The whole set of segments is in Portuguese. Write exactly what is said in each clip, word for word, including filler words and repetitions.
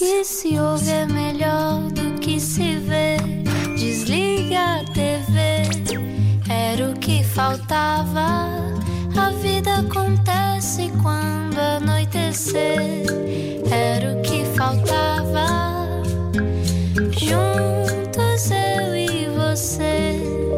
que se ouve é melhor do que se vê. Desliga a T V, era o que faltava. A vida acontece quando anoitecer, era o que faltava. Juntos eu e você.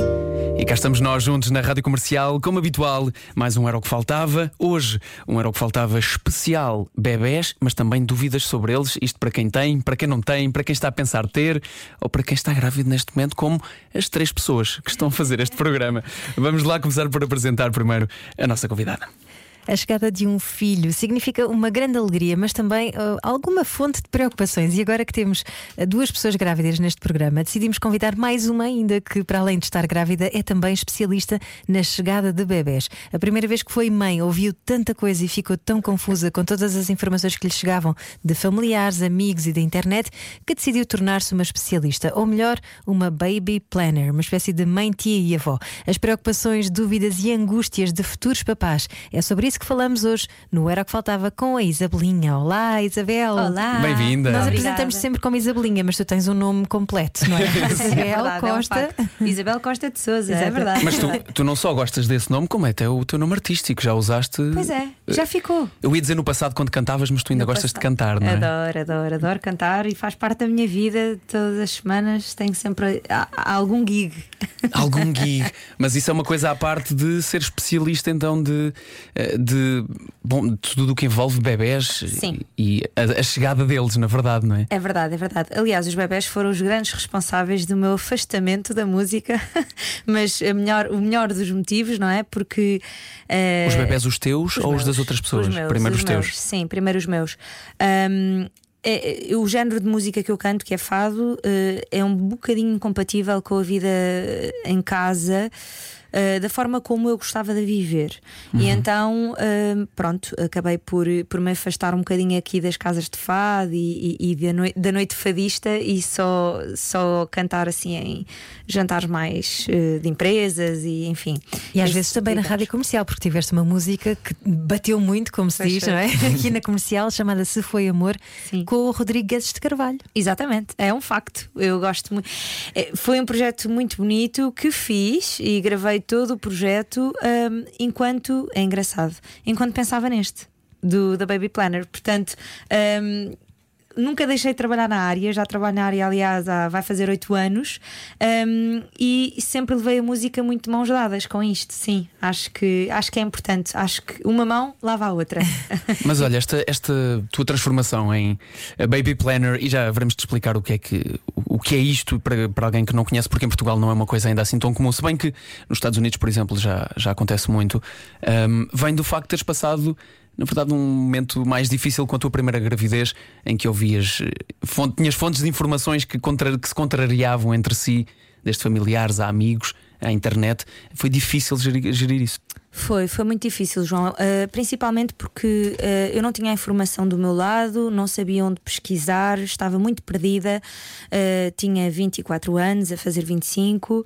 E cá estamos nós juntos na Rádio Comercial, como habitual, mais um Era o que Faltava. Hoje, um Era o que Faltava especial bebés, mas também dúvidas sobre eles. Isto para quem tem, para quem não tem, para quem está a pensar ter, ou para quem está grávido neste momento, como as três pessoas que estão a fazer este programa. Vamos lá começar por apresentar primeiro a nossa convidada. A chegada de um filho significa uma grande alegria, mas também uh, alguma fonte de preocupações. E agora que temos uh, duas pessoas grávidas neste programa, decidimos convidar mais uma ainda que, para além de estar grávida, é também especialista na chegada de bebés. A primeira vez que foi mãe, ouviu tanta coisa e ficou tão confusa com todas as informações que lhe chegavam de familiares, amigos e da internet, que decidiu tornar-se uma especialista, ou melhor, uma baby planner, uma espécie de mãe, tia e avó. As preocupações, dúvidas e angústias de futuros papás. É sobre isso que falamos hoje no Era o que Faltava com a Isabelinha. Olá, Isabel. Olá. Bem-vinda. Nós Obrigada. apresentamos sempre como Isabelinha, mas tu tens um nome completo, não é? Isabel É verdade, Costa. é um facto. Isabel Costa de Sousa, é Exato. verdade. Mas tu, tu não só gostas desse nome, como é até o teu nome artístico. Já usaste. Pois é, já ficou. Eu ia dizer no passado quando cantavas, mas tu ainda No gostas de passado. cantar, não é? Adoro, adoro, adoro cantar e faz parte da minha vida. Todas as semanas tenho sempre há- há algum gig. Algum gig. Mas isso é uma coisa à parte de ser especialista, então, de, eh, de, bom, de tudo o que envolve bebés. Sim. E a, a chegada deles, na verdade, não é? É verdade, é verdade. Aliás, os bebés foram os grandes responsáveis do meu afastamento da música, mas a melhor, o melhor dos motivos, não é? Porque eh, Os bebés, os teus os ou os meus, das outras pessoas? Os meus, Primeiro os, os teus. meus. Sim, primeiro os meus. Ahm, é- é- o género de música que eu canto, que é fado, eh, é um bocadinho incompatível com a vida em casa. Uh, da forma como eu gostava de viver. Uhum. E então, uh, pronto, acabei por, por me afastar um bocadinho aqui das casas de fado e, e, e da, noi- da noite fadista e só, só cantar assim em jantares mais uh, de empresas e enfim. E às Esse vezes também na tipo de rádio comercial, porque tiveste uma música que bateu muito, como se Pois diz, foi. não é? Aqui na comercial, chamada Se Foi Amor, Sim. com o Rodrigo Guedes de Carvalho. Exatamente, é um facto. Eu gosto muito. É, Foi um projeto muito bonito que fiz e gravei todo o projeto hum, enquanto. É engraçado, enquanto pensava neste, do, da Baby Planner. Portanto. hum, Nunca deixei de trabalhar na área, já trabalho na área, aliás, há, vai fazer oito anos, hum, e sempre levei a música muito de mãos dadas com isto. Sim, acho que, acho que é importante. Acho que uma mão lava a outra. Mas olha, esta, esta tua transformação em Baby Planner, e já veremos-te explicar o que é que, o que é isto para, para alguém que não conhece, porque em Portugal não é uma coisa ainda assim tão comum, se bem que nos Estados Unidos, por exemplo, já, já acontece muito. Um, vem do facto de teres passado, na verdade, um momento mais difícil com a tua primeira gravidez, em que ouvias fonte, tinhas fontes de informações que, contra, que se contrariavam entre si, desde familiares a amigos, à internet. Foi difícil gerir, gerir isso. Foi, foi muito difícil, João, uh, principalmente porque uh, eu não tinha a informação do meu lado, não sabia onde pesquisar, estava muito perdida, uh, tinha vinte e quatro anos, a fazer vinte e cinco,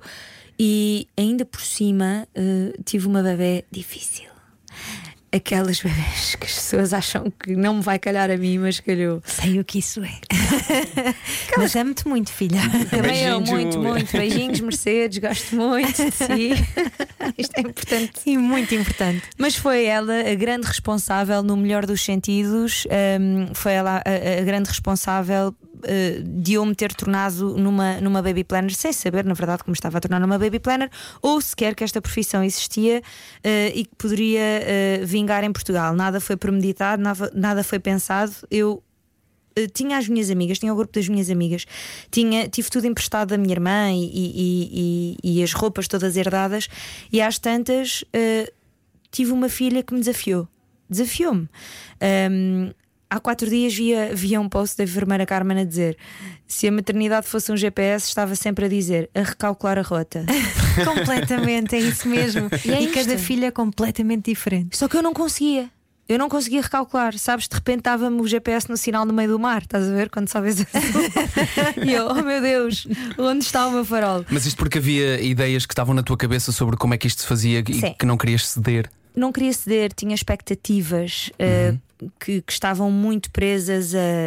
e ainda por cima uh, tive uma bebé difícil. Aquelas bebés que as pessoas acham que não me vai calhar a mim, mas calhou. Sei o que isso é. Mas amo-te muito, filha. Também eu, Beijinhos, muito, Júlia. muito. Beijinhos, Mercedes, gosto muito de si. Isto é importante. E muito importante. Mas foi ela a grande responsável, no melhor dos sentidos, hum, foi ela a, a grande responsável uh, de eu me ter tornado numa, numa baby planner, sem saber, na verdade, como estava a tornar numa baby planner, ou sequer que esta profissão existia uh, e que poderia uh, vingar em Portugal. Nada foi premeditado, nada, nada foi pensado. Eu uh, tinha as minhas amigas, tinha o grupo das minhas amigas, tinha, tive tudo emprestado da minha irmã e, e, e, e as roupas todas herdadas, e às tantas uh, tive uma filha que me desafiou. Desafiou-me. Um, Há quatro dias via, via um post da enfermeira Carmen a dizer: se a maternidade fosse um G P S, estava sempre a dizer a recalcular a rota. Completamente, é isso mesmo. E é E cada isto. filha é completamente diferente. Só que eu não conseguia. Eu não conseguia recalcular, sabes? De repente estava-me o G P S no sinal no meio do mar, estás a ver? Quando só vês assim. E eu, oh meu Deus, onde está o meu farol? Mas isto porque havia ideias que estavam na tua cabeça sobre como é que isto se fazia e Sim. que não querias ceder. Não queria ceder, tinha expectativas uh, que, que estavam muito presas a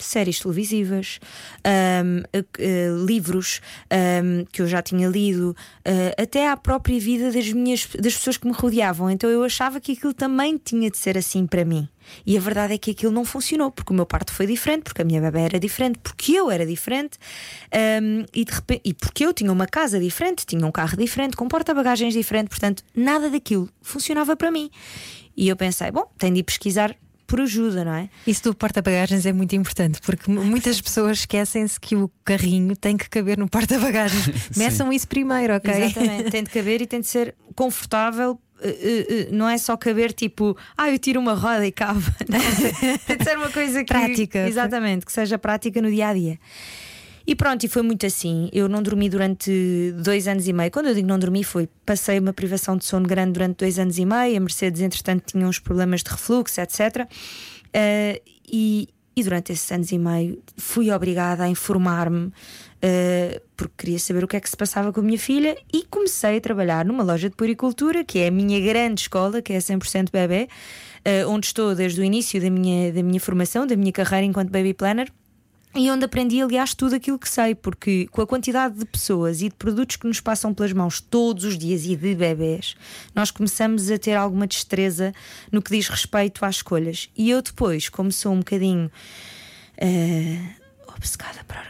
séries televisivas, um, uh, uh, livros um, que eu já tinha lido, uh, até à própria vida das, minhas, das pessoas que me rodeavam. Então eu achava que aquilo também tinha de ser assim para mim. E a verdade é que aquilo não funcionou, porque o meu parto foi diferente, porque a minha bebé era diferente, porque eu era diferente, um, e, de repente, e porque eu tinha uma casa diferente, tinha um carro diferente, com porta-bagagens diferente. Portanto, nada daquilo funcionava para mim. E eu pensei, bom, tenho de ir pesquisar por ajuda, não é? Isso do porta-bagagens é muito importante, porque muitas pessoas esquecem-se que o carrinho tem que caber no porta-bagagens. Meçam isso primeiro, ok? Exatamente, tem de caber e tem de ser confortável. Uh, uh, uh, não é só caber tipo, ah, eu tiro uma roda e cabe. Tem de ser uma coisa que, prática. Exatamente, que seja prática no dia a dia. E pronto, e foi muito assim. Eu não dormi durante dois anos e meio. Quando eu digo não dormi, foi passei uma privação de sono grande durante dois anos e meio. A Mercedes, entretanto, tinha uns problemas de refluxo, etcétera. Uh, e, e durante esses anos e meio fui obrigada a informar-me, uh, porque queria saber o que é que se passava com a minha filha. E comecei a trabalhar numa loja de puericultura, que é a minha grande escola, que é cem por cento bebê, uh, onde estou desde o início da minha, da minha formação, da minha carreira enquanto baby planner. E onde aprendi, aliás, tudo aquilo que sei, porque com a quantidade de pessoas e de produtos que nos passam pelas mãos todos os dias e de bebés, nós começamos a ter alguma destreza no que diz respeito às escolhas. E eu depois, como sou um bocadinho uh, obcecada por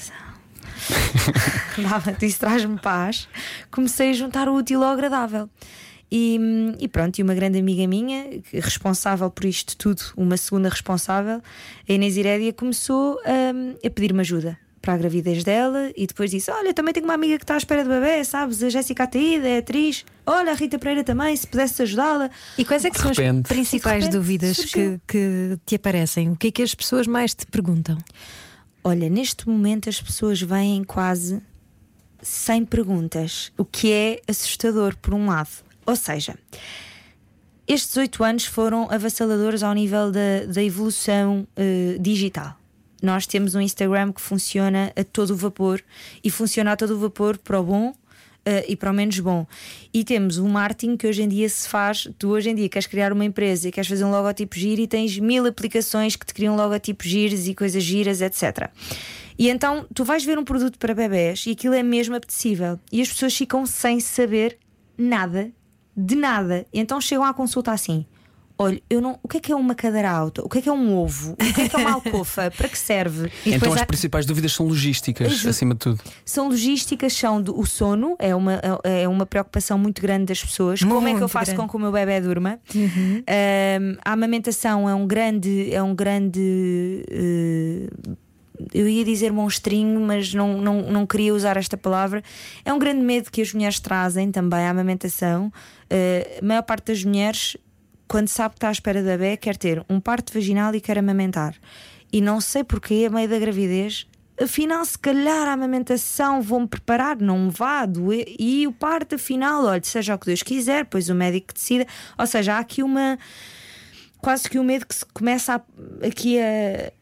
organização, isso traz-me paz, comecei a juntar o útil ao agradável. E, e pronto, e uma grande amiga minha, responsável por isto tudo, uma segunda responsável, a Inês Irédia, começou um, a pedir-me ajuda para a gravidez dela. E depois disse: olha, também tenho uma amiga que está à espera de bebê, sabes? A Jéssica Ataída é atriz. Olha, a Rita Pereira também, se pudesse ajudá-la. E quais é que são as principais dúvidas que, que te aparecem? O que é que as pessoas mais te perguntam? Olha, neste momento as pessoas vêm quase sem perguntas, o que é assustador por um lado. Ou seja, estes oito anos foram avassaladores ao nível da, da evolução uh, digital. Nós temos um Instagram que funciona a todo o vapor, e funciona a todo o vapor para o bom uh, e para o menos bom. E temos um marketing que hoje em dia se faz. Tu hoje em dia queres criar uma empresa e queres fazer um logotipo giro e tens mil aplicações que te criam logotipos giros e coisas giras, etcétera. E então tu vais ver um produto para bebés e aquilo é mesmo apetecível, e as pessoas ficam sem saber nada de nada. E então chegam à consulta assim: olha, eu não, o que é que é uma cadeira alta? O que é que é um ovo? O que é que é uma alcofa? Para que serve? E então as há... principais dúvidas são logísticas, Ex- acima de tudo. São logísticas, são do, o sono, é uma, é uma preocupação muito grande das pessoas. Muito Como é que eu faço grande. com que o meu bebé durma? Uhum. Um, a amamentação é um grande, é um grande uh, eu ia dizer monstrinho, mas não, não, não queria usar esta palavra. É um grande medo que as mulheres trazem também à amamentação. Uh, a maior parte das mulheres, quando sabe que está à espera da bebé, quer ter um parto vaginal e quer amamentar. E não sei porquê, a meio da gravidez, afinal, se calhar a amamentação vou-me preparar, não me vá doer. E o parto, afinal, olha, seja o que Deus quiser, pois o médico decida. Ou seja, há aqui uma... quase que o medo que se começa a, aqui a,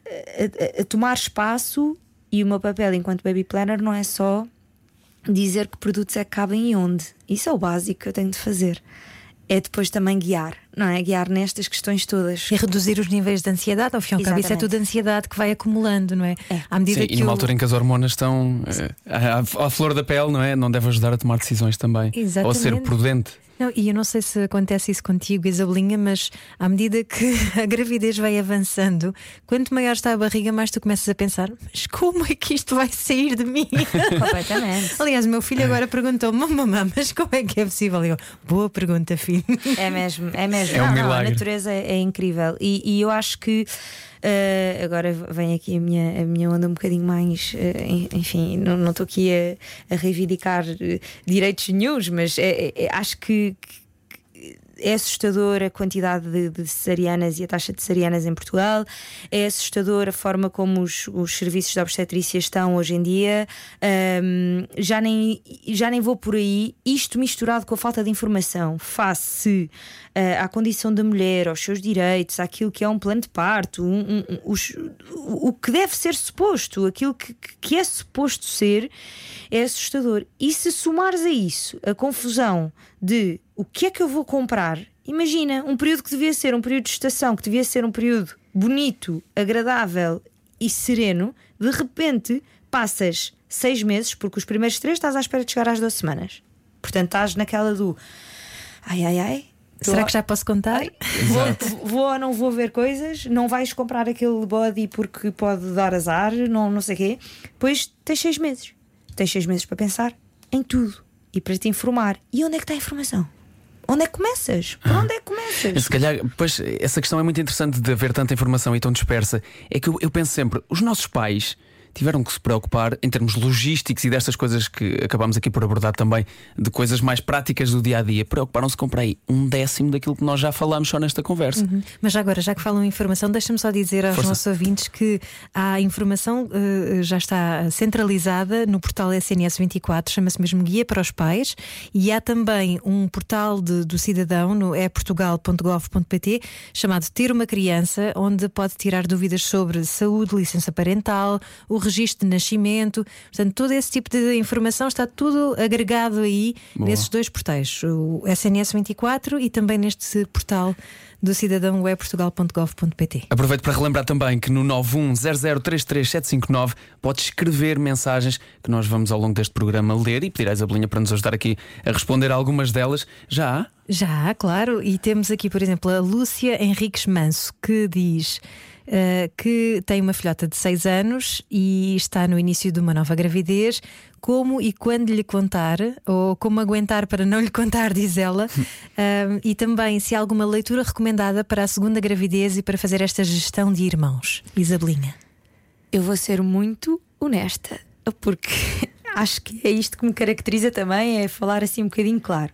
a, a tomar espaço. E o meu papel enquanto baby planner não é só dizer que produtos é que cabem e onde. Isso é o básico que eu tenho de fazer. É depois também guiar, não é? Guiar nestas questões todas. E reduzir os níveis de ansiedade. Ao fim e ao cabo, isso é tudo ansiedade que vai acumulando, não é? É. À medida Sim, que e numa o... altura em que as hormonas estão à, à flor da pele, não é? Não deve ajudar a tomar decisões também. Exatamente. Ou a ser prudente. Não, e eu não sei se acontece isso contigo, Isabelinha, mas à medida que a gravidez vai avançando, quanto maior está a barriga, mais tu começas a pensar: mas como é que isto vai sair de mim? Completamente. Aliás, o meu filho agora perguntou-me: mamãe, mas como é que é possível? Eu, boa pergunta, filho. É mesmo, é mesmo. É um não, milagre. Não, a natureza é, é incrível. E, e eu acho que Uh, agora vem aqui a minha, a minha onda um bocadinho mais uh, enfim, não, não estou aqui a, a reivindicar uh, direitos nenhuns, mas é, é, acho que, que é assustador a quantidade de, de cesarianas e a taxa de cesarianas em Portugal. É assustador a forma como os, os serviços de obstetrícia estão hoje em dia. um, já, nem, já nem vou por aí. Isto misturado com a falta de informação face uh, à condição da mulher, aos seus direitos, àquilo que é um plano de parto, um, um, um, os, o, o que deve ser suposto, aquilo que, que é suposto ser, é assustador. E se somares a isso a confusão de o que é que eu vou comprar, imagina um período que devia ser um período de gestação, que devia ser um período bonito, agradável e sereno, de repente passas seis meses, porque os primeiros três estás à espera de chegar às doze semanas. Portanto, estás naquela do ai, ai, ai. Será que já posso contar? Ai, vou, vou ou não vou ver coisas? Não vais comprar aquele body porque pode dar azar, não, não sei o quê. Depois tens seis meses. Tens seis meses para pensar em tudo e para te informar. E onde é que está a informação? Onde é que começas? Por onde é que começas? Se calhar, pois, essa questão é muito interessante de haver tanta informação e tão dispersa. É que eu, eu penso sempre, os nossos pais tiveram que se preocupar em termos logísticos e destas coisas que acabámos aqui por abordar também, de coisas mais práticas do dia a dia. Preocuparam-se com para aí um décimo daquilo que nós já falámos só nesta conversa. Uhum. Mas já agora, já que falam em informação, deixa-me só dizer aos Força. nossos ouvintes que a informação uh, já está centralizada no portal S N S vinte e quatro, chama-se mesmo Guia para os Pais, e há também um portal de, do cidadão no é portugal ponto gov ponto pt chamado Ter uma Criança, onde pode tirar dúvidas sobre saúde, licença parental, o registro de nascimento. Portanto, todo esse tipo de informação está tudo agregado aí. Boa. Nesses dois portais, o S N S vinte e quatro e também neste portal do cidadão é portugal ponto gov ponto pt. Aproveito para relembrar também que no nove um zero zero três três sete cinco nove podes escrever mensagens que nós vamos ao longo deste programa ler e pedir à Isabelinha para nos ajudar aqui a responder a algumas delas. Já há? Já, claro. E temos aqui, por exemplo, a Lúcia Henriques Manso, que diz uh, que tem uma filhota de seis anos e está no início de uma nova gravidez. Como e quando lhe contar, ou como aguentar para não lhe contar, diz ela. uh, E também se há alguma leitura recomendada para a segunda gravidez e para fazer esta gestão de irmãos. Isabelinha. Eu vou ser muito honesta, porque acho que é isto que me caracteriza também, é falar assim um bocadinho claro.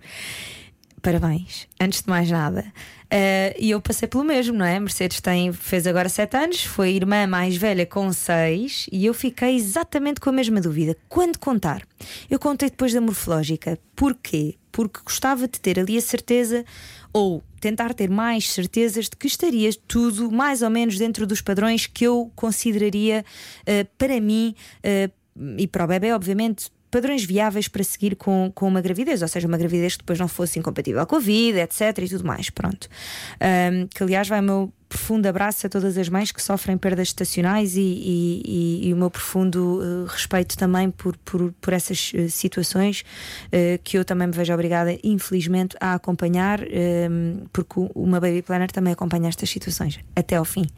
Parabéns, antes de mais nada. Uh, e eu passei pelo mesmo, não é? Mercedes tem, fez agora sete anos, foi irmã mais velha com seis, e eu fiquei exatamente com a mesma dúvida. Quando contar? Eu contei depois da morfológica. Porquê? Porque gostava de ter ali a certeza, ou tentar ter mais certezas de que estaria tudo mais ou menos dentro dos padrões que eu consideraria uh, para mim uh, e para o bebê, obviamente, padrões viáveis para seguir com, com uma gravidez, ou seja, uma gravidez que depois não fosse incompatível com a vida, etc, e tudo mais, pronto. Um, que aliás vai o meu profundo abraço a todas as mães que sofrem perdas gestacionais e, e, e, e o meu profundo uh, respeito também por, por, por essas uh, situações uh, que eu também me vejo obrigada, infelizmente, a acompanhar, um, porque uma Baby Planner também acompanha estas situações até ao fim.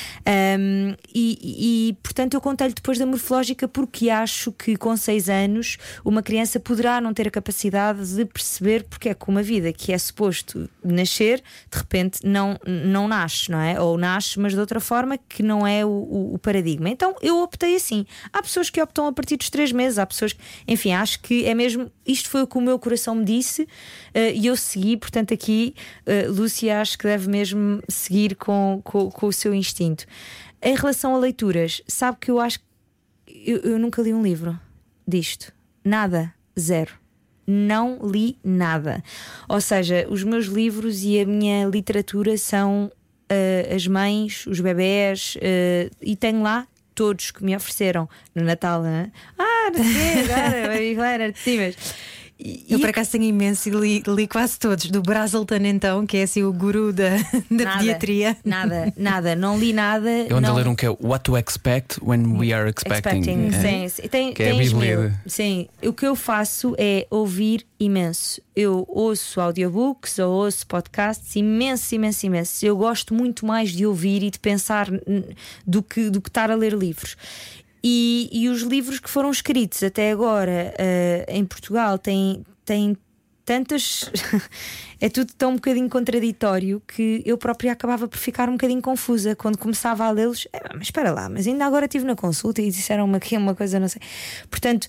Um, e, e portanto eu contei-lhe depois da morfológica porque acho que com seis anos uma criança poderá não ter a capacidade de perceber porque é que uma vida que é suposto nascer de repente não, não nasce, não é? Ou nasce, mas de outra forma que não é o, o, o paradigma. Então eu optei assim. Há pessoas que optam a partir dos três meses, há pessoas que, enfim, acho que é mesmo, isto foi o que o meu coração me disse uh, e eu segui. Portanto aqui uh, Lúcia acho que deve mesmo seguir com, com, com o seu instinto. Em relação a leituras, sabe que eu acho que eu, eu nunca li um livro disto, nada, zero. Não li nada. Ou seja, os meus livros e a minha literatura são Uh, as mães, os bebés, uh, e tenho lá todos que me ofereceram no Natal, né? Ah, não sei, agora, Baby Planner, sim, mas E, eu por acaso tenho imenso e li, li quase todos. Do Brazelton, então, que é assim o guru da, da nada, pediatria. Nada, nada, não li nada. Eu ando não... a ler um que é What to Expect When We Are Expecting, expecting é. sim, tem, que é a Bíblia. Sim, o que eu faço é ouvir imenso. Eu ouço audiobooks ou ouço podcasts imenso, imenso, imenso. Eu gosto muito mais de ouvir e de pensar do que, do que estar a ler livros. E, e os livros que foram escritos até agora uh, em Portugal têm, têm tantas. É tudo tão um bocadinho contraditório que eu própria acabava por ficar um bocadinho confusa quando começava a lê-los. É, mas espera lá, mas ainda agora estive na consulta e disseram-me aqui uma coisa, não sei. Portanto,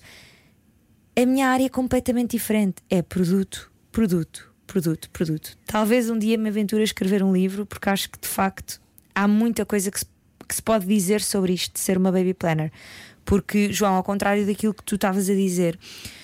a minha área é completamente diferente. É produto, produto, produto, produto. Talvez um dia me aventure a escrever um livro, porque acho que de facto há muita coisa que se que se pode dizer sobre isto de ser uma baby planner. Porque, João, ao contrário daquilo que tu estavas a dizer,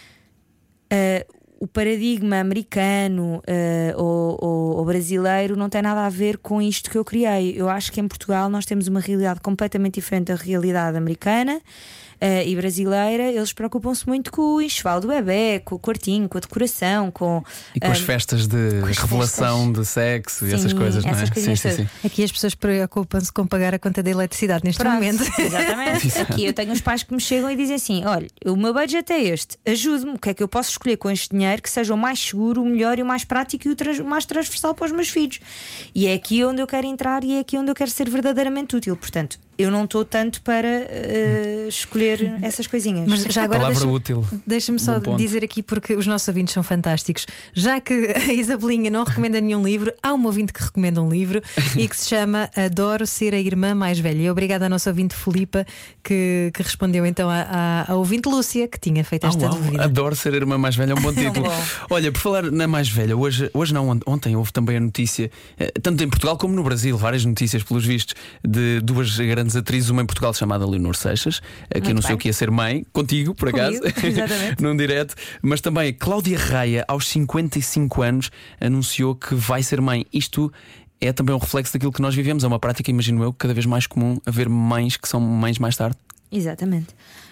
uh, o paradigma americano uh, ou, ou, ou brasileiro não tem nada a ver com isto que eu criei. Eu acho que em Portugal nós temos uma realidade completamente diferente da realidade americana. e brasileira, eles preocupam-se muito com o enxoval do bebê, com o quartinho, com a decoração, com, e com uh, as festas de revelação festas. de sexo. Sim, e essas coisas, essas não é? Sim, sim, sim. Aqui as pessoas preocupam-se com pagar a conta da eletricidade neste Pronto, momento. Exatamente. Aqui eu tenho os pais que me chegam e dizem assim: olha, o meu budget é este, ajude-me, o que é que eu posso escolher com este dinheiro que seja o mais seguro, o melhor e o mais prático e o, trans, o mais transversal para os meus filhos. E é aqui onde eu quero entrar e é aqui onde eu quero ser verdadeiramente útil. Portanto, eu não estou tanto para uh, escolher essas coisinhas. Mas já agora palavra deixa-me, útil. Deixa-me só dizer aqui, porque os nossos ouvintes são fantásticos. Já que a Isabelinha não recomenda nenhum livro, há um ouvinte que recomenda um livro e que se chama Adoro Ser a Irmã Mais Velha. E obrigada à nossa ouvinte Filipa, que, que respondeu então à, à, à ouvinte Lúcia, que tinha feito esta oh, dúvida. Adoro Ser a Irmã Mais Velha, é um bom título. Olha, por falar na mais velha, hoje, hoje não, ontem houve também a notícia, tanto em Portugal como no Brasil, várias notícias pelos vistos, de duas grandes atrizes, uma em Portugal chamada Leonor Seixas, que Muito anunciou bem. que ia ser mãe, contigo, por acaso, num direto, mas também Cláudia Raia, aos cinquenta e cinco anos, anunciou que vai ser mãe. Isto é também um reflexo daquilo que nós vivemos, é uma prática, imagino eu, cada vez mais comum haver mães que são mães mais tarde. Exatamente.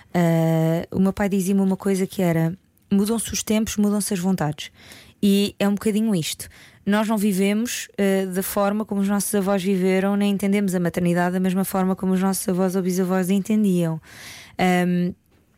Uh, o meu pai dizia-me uma coisa que era: mudam-se os tempos, mudam-se as vontades. E é um bocadinho isto. Nós não vivemos uh, da forma como os nossos avós viveram, nem entendemos a maternidade da mesma forma como os nossos avós ou bisavós entendiam. Um,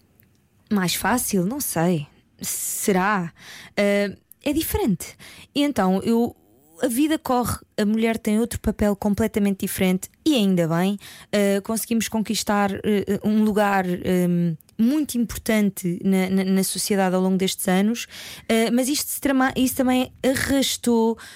mais fácil? Não sei. Será? Uh, é diferente. E então eu. A vida corre, a mulher tem outro papel completamente diferente e ainda bem, uh, conseguimos conquistar uh, um lugar um, muito importante na, na, na sociedade ao longo destes anos, uh, mas isto, se trama, isso também arrastou uh,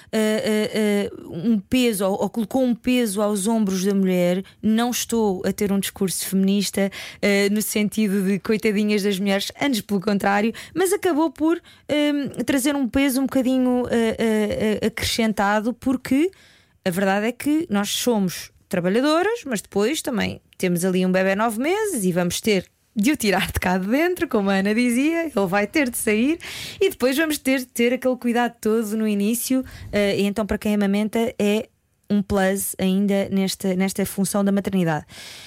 uh, uh, um peso ou, ou colocou um peso aos ombros da mulher. Não estou a ter um discurso feminista uh, no sentido de coitadinhas das mulheres, antes pelo contrário, mas acabou por um, trazer um peso um bocadinho uh, uh, uh, acrescentado, porque a verdade é que nós somos trabalhadoras, mas depois também temos ali um bebê nove meses e vamos ter de o tirar de cá de dentro, como a Ana dizia, ele vai ter de sair e depois vamos ter de ter aquele cuidado todo no início, uh, e então para quem amamenta é um plus ainda nesta, nesta função da maternidade.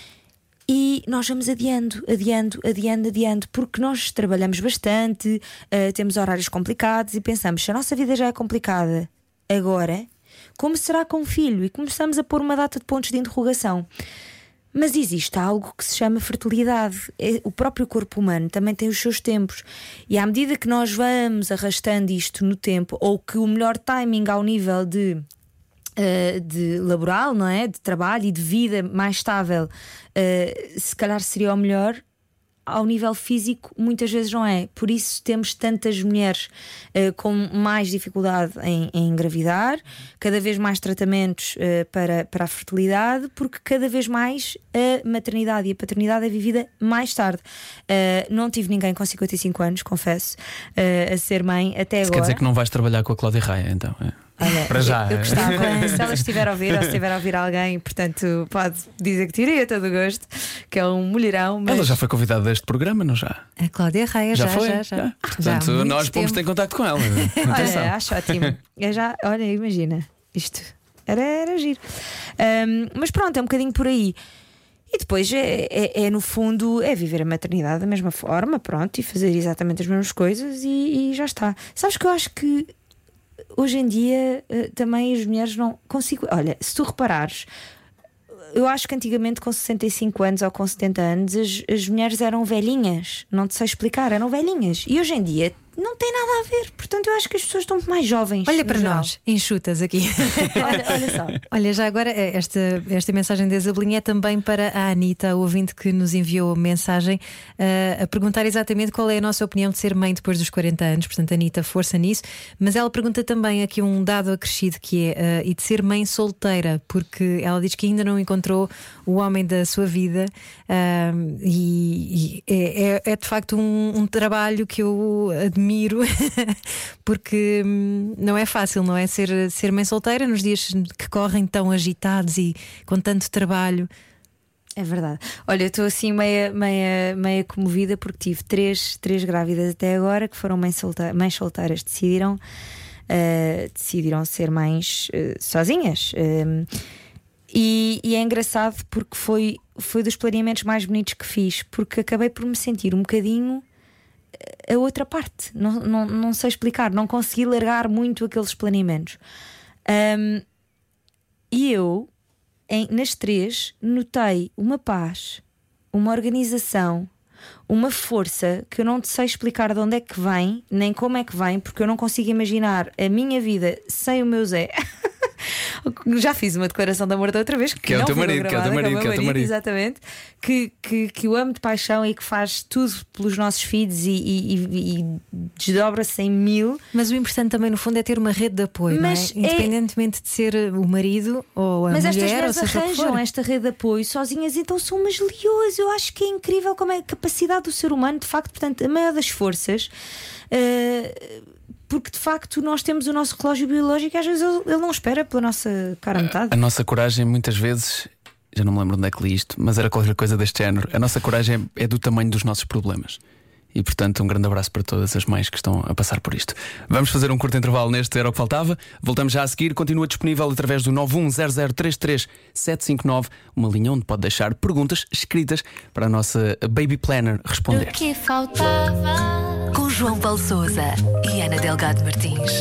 E nós vamos adiando, adiando, adiando, adiando, porque nós trabalhamos bastante, uh, temos horários complicados e pensamos: se a nossa vida já é complicada agora, como será com o filho? E começamos a pôr uma data de pontos de interrogação. Mas existe algo que se chama fertilidade. O próprio corpo humano também tem os seus tempos. E à medida que nós vamos arrastando isto no tempo, ou que o melhor timing ao nível de, uh, de laboral, não é? De trabalho e de vida mais estável, uh, se calhar seria o melhor, ao nível físico muitas vezes não é. Por isso temos tantas mulheres uh, com mais dificuldade em, em engravidar, cada vez mais tratamentos uh, para, para a fertilidade, porque cada vez mais a maternidade e a paternidade é vivida mais tarde. Uh, não tive ninguém com cinquenta e cinco anos, confesso, uh, a ser mãe até Isso agora. Quer dizer que não vais trabalhar com a Cláudia Raia, então? É. Olha, para já. Eu, eu gostava, se ela estiver a ouvir ou se estiver a ouvir alguém, portanto, pode dizer que tirei a todo gosto, que é um mulherão. Mas... Ela já foi convidada deste programa, não já? A Cláudia Raia já, já foi? já, já. já. Portanto, já nós pomos em contacto com ela. Olha, acho ótimo. Eu já, olha, imagina, isto era, era giro. Um, mas pronto, é um bocadinho por aí. E depois é, é, é no fundo é viver a maternidade da mesma forma, pronto, e fazer exatamente as mesmas coisas e, e já está. Sabes que eu acho que hoje em dia também as mulheres não consigo. Olha, se tu reparares, eu acho que antigamente com sessenta e cinco anos ou com setenta anos as, as mulheres eram velhinhas, não te sei explicar, eram velhinhas. E hoje em dia não tem nada a ver, portanto eu acho que as pessoas estão mais jovens. Olha para geral. nós, enxutas aqui. olha, olha só. Olha, já agora esta, esta mensagem da Isabelinha é também para a Anitta, a ouvinte que nos enviou mensagem uh, a perguntar exatamente qual é a nossa opinião de ser mãe depois dos quarenta anos. Portanto, Anitta, força nisso. Mas ela pergunta também aqui um dado acrescido que é uh, e de ser mãe solteira, porque ela diz que ainda não encontrou o homem da sua vida, uh, e, e é, é, é de facto um, um trabalho que eu admiro porque hum, não é fácil, não é? Ser, ser mãe solteira nos dias que correm tão agitados e com tanto trabalho. É verdade. Olha, eu estou assim meia, meia, meia comovida porque tive três, três grávidas até agora que foram mães, solta- mães solteiras, decidiram, uh, decidiram ser mães uh, sozinhas. Uh, E, e é engraçado porque foi, foi dos planeamentos mais bonitos que fiz, porque acabei por me sentir um bocadinho a outra parte. Não, não, não sei explicar, não consegui largar muito aqueles planeamentos. Um, e eu, em, nas três, notei uma paz, uma organização, uma força que eu não sei explicar de onde é que vem, nem como é que vem, porque eu não consigo imaginar a minha vida sem o meu Zé. Já fiz uma declaração de amor da outra vez, que, que é o teu marido, que é o teu marido, que é o teu marido, exatamente, que, que, que eu amo de paixão e que faz tudo pelos nossos filhos e, e, e desdobra-se em mil. Mas o importante também, no fundo, é ter uma rede de apoio, mas não é? Independentemente é... de ser o marido ou a mas mulher. Mas estas mulheres arranjam esta rede de apoio sozinhas, então são umas leões. Eu acho que é incrível como é a capacidade do ser humano, de facto, portanto, a maior das forças. Uh, Porque de facto nós temos o nosso relógio biológico e às vezes ele não espera pela nossa cara a metade. A, a nossa coragem, muitas vezes, já não me lembro onde é que li isto, mas era qualquer coisa deste género. A nossa coragem é, é do tamanho dos nossos problemas. E portanto, um grande abraço para todas as mães que estão a passar por isto. Vamos fazer um curto intervalo neste Era o que Faltava. Voltamos já a seguir. Continua disponível através do nove um zero zero três três sete cinco nove, uma linha onde pode deixar perguntas escritas para a nossa Baby Planner responder. O que faltava? Com João Paulo Sousa e Ana Delgado Martins.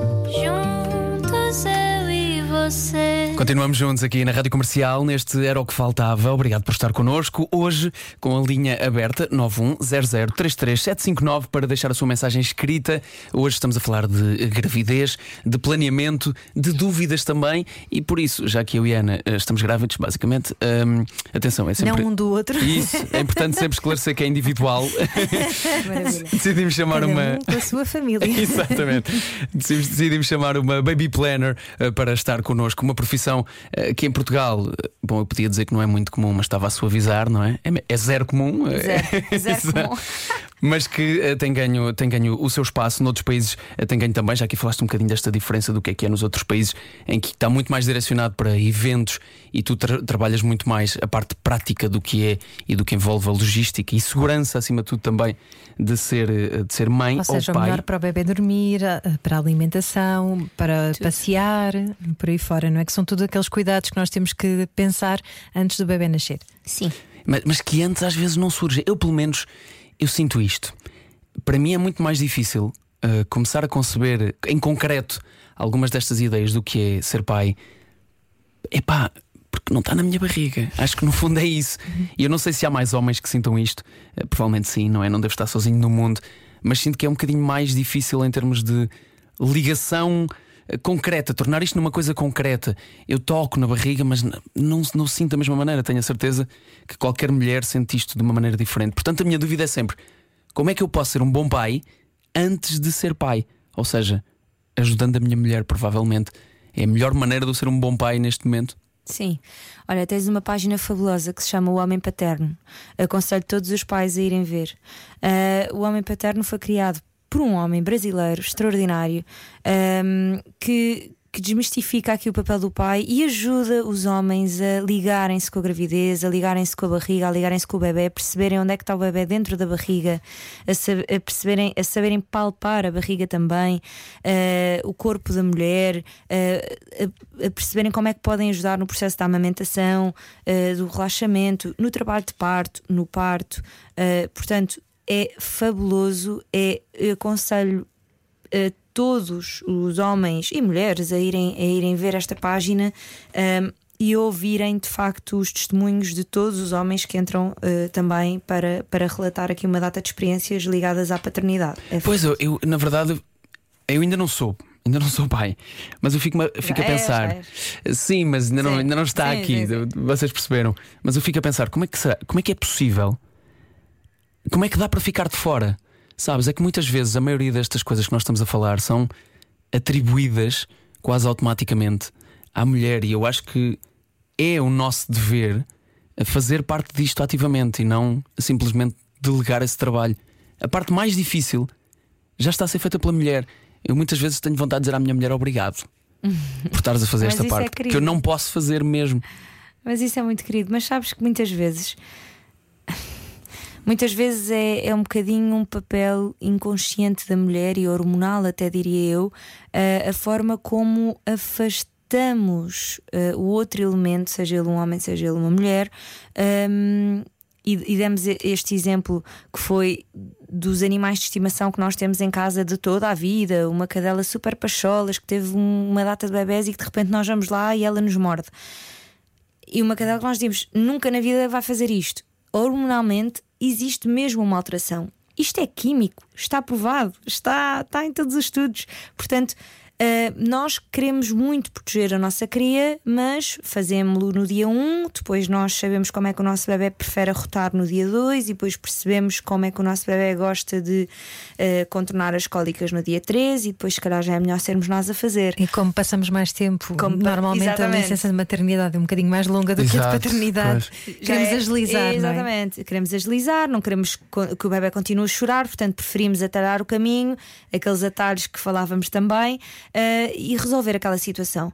Juntos eu e você. Continuamos juntos aqui na Rádio Comercial. Neste Era o que Faltava. Obrigado por estar connosco. Hoje com a linha aberta nove um zero zero três três sete cinco nove para deixar a sua mensagem escrita. Hoje estamos a falar de gravidez, de planeamento, de dúvidas também. E por isso, já que eu e a Ana estamos grávidos, basicamente, hum, atenção, é sempre não um do outro. Isso, é importante sempre esclarecer que é individual. Decidimos chamar Cada uma um com a sua família. Exatamente. Decidimos chamar uma Baby Planner uh, para estar connosco. Uma profissão uh, que em Portugal, uh, bom, eu podia dizer que não é muito comum, mas estava a suavizar, não é? É, é zero comum. Zero, zero comum. Mas que uh, tem, ganho, tem ganho o seu espaço. Noutros países uh, tem ganho também. Já aqui falaste um bocadinho desta diferença do que é que é nos outros países, em que está muito mais direcionado para eventos e tu tra- trabalhas muito mais a parte prática do que é e do que envolve a logística e segurança, acima de tudo, também de ser, de ser mãe ou, seja, ou pai. melhor para o bebê dormir, para a alimentação, para tudo. Passear, por aí fora, não é? Que são todos aqueles cuidados que nós temos que pensar antes do bebê nascer. Sim. Mas, mas que antes às vezes não surge. Eu, pelo menos, eu sinto isto. Para mim é muito mais difícil uh, começar a conceber em concreto algumas destas ideias do que é ser pai. Epá, porque não está na minha barriga. Acho que no fundo é isso. E eu não sei se há mais homens que sintam isto. uh, Provavelmente sim, não é? Não devo estar sozinho no mundo. Mas sinto que é um bocadinho mais difícil em termos de ligação uh, concreta, tornar isto numa coisa concreta. Eu toco na barriga, mas não, não, não sinto da mesma maneira. Tenho a certeza que qualquer mulher sente isto de uma maneira diferente. Portanto, a minha dúvida é sempre: como é que eu posso ser um bom pai antes de ser pai? Ou seja, ajudando a minha mulher, provavelmente. É a melhor maneira de eu ser um bom pai neste momento. Sim, olha, tens uma página fabulosa que se chama O Homem Paterno. Aconselho todos os pais a irem ver. uh, O Homem Paterno foi criado por um homem brasileiro extraordinário, um, que, que desmistifica aqui o papel do pai e ajuda os homens a ligarem-se com a gravidez, a ligarem-se com a barriga, a ligarem-se com o bebê, a perceberem onde é que está o bebê dentro da barriga, a, sab- a, perceberem, a saberem palpar a barriga também, uh, o corpo da mulher, uh, a, a perceberem como é que podem ajudar no processo da amamentação, uh, do relaxamento, no trabalho de parto, no parto. Uh, portanto, é fabuloso. É, eu aconselho a todos os homens e mulheres a irem, a irem ver esta página um, e ouvirem de facto os testemunhos de todos os homens que entram uh, também para, para relatar aqui uma data de experiências ligadas à paternidade. É pois eu, eu, na verdade, eu ainda não sou. Ainda não sou pai, mas eu fico, fico a pensar. É, é. Sim, mas ainda, sim. Não, ainda não está sim, aqui. Sim, sim. Vocês perceberam? Mas eu fico a pensar: como é que será, como é que é possível? Como é que dá para ficar de fora? Sabes, é que muitas vezes a maioria destas coisas que nós estamos a falar são atribuídas quase automaticamente à mulher, e eu acho que é o nosso dever fazer parte disto ativamente e não simplesmente delegar esse trabalho. A parte mais difícil já está a ser feita pela mulher. Eu muitas vezes tenho vontade de dizer à minha mulher obrigado por estares a fazer esta parte, é que eu não posso fazer mesmo. Mas isso é muito querido. Mas sabes que muitas vezes Muitas vezes é, é um bocadinho um papel inconsciente da mulher e hormonal, até diria eu, a, a forma como afast, respeitamos uh, o outro elemento, seja ele um homem, seja ele uma mulher. Um, E, e demos este exemplo que foi dos animais de estimação que nós temos em casa de toda a vida. Uma cadela super pacholas que teve um, uma data de bebés e que de repente nós vamos lá e ela nos morde. E uma cadela que nós dizemos nunca na vida vai fazer isto. Hormonalmente existe mesmo uma alteração. Isto é químico, está provado, está, está em todos os estudos. Portanto, Uh, nós queremos muito proteger a nossa cria, mas fazemos-lo no dia um. Depois nós sabemos como é que o nosso bebê prefere arrotar no dia dois. E depois percebemos como é que o nosso bebê gosta de uh, contornar as cólicas no dia três. E depois se calhar já é melhor sermos nós a fazer. E como passamos mais tempo, como normalmente exatamente. A licença de maternidade é um bocadinho mais longa do Exato, que a de paternidade. Queremos é, agilizar, é, não é? exatamente, queremos agilizar, não queremos que o bebê continue a chorar. Portanto preferimos atalhar o caminho, aqueles atalhos que falávamos também. Uh, e resolver aquela situação.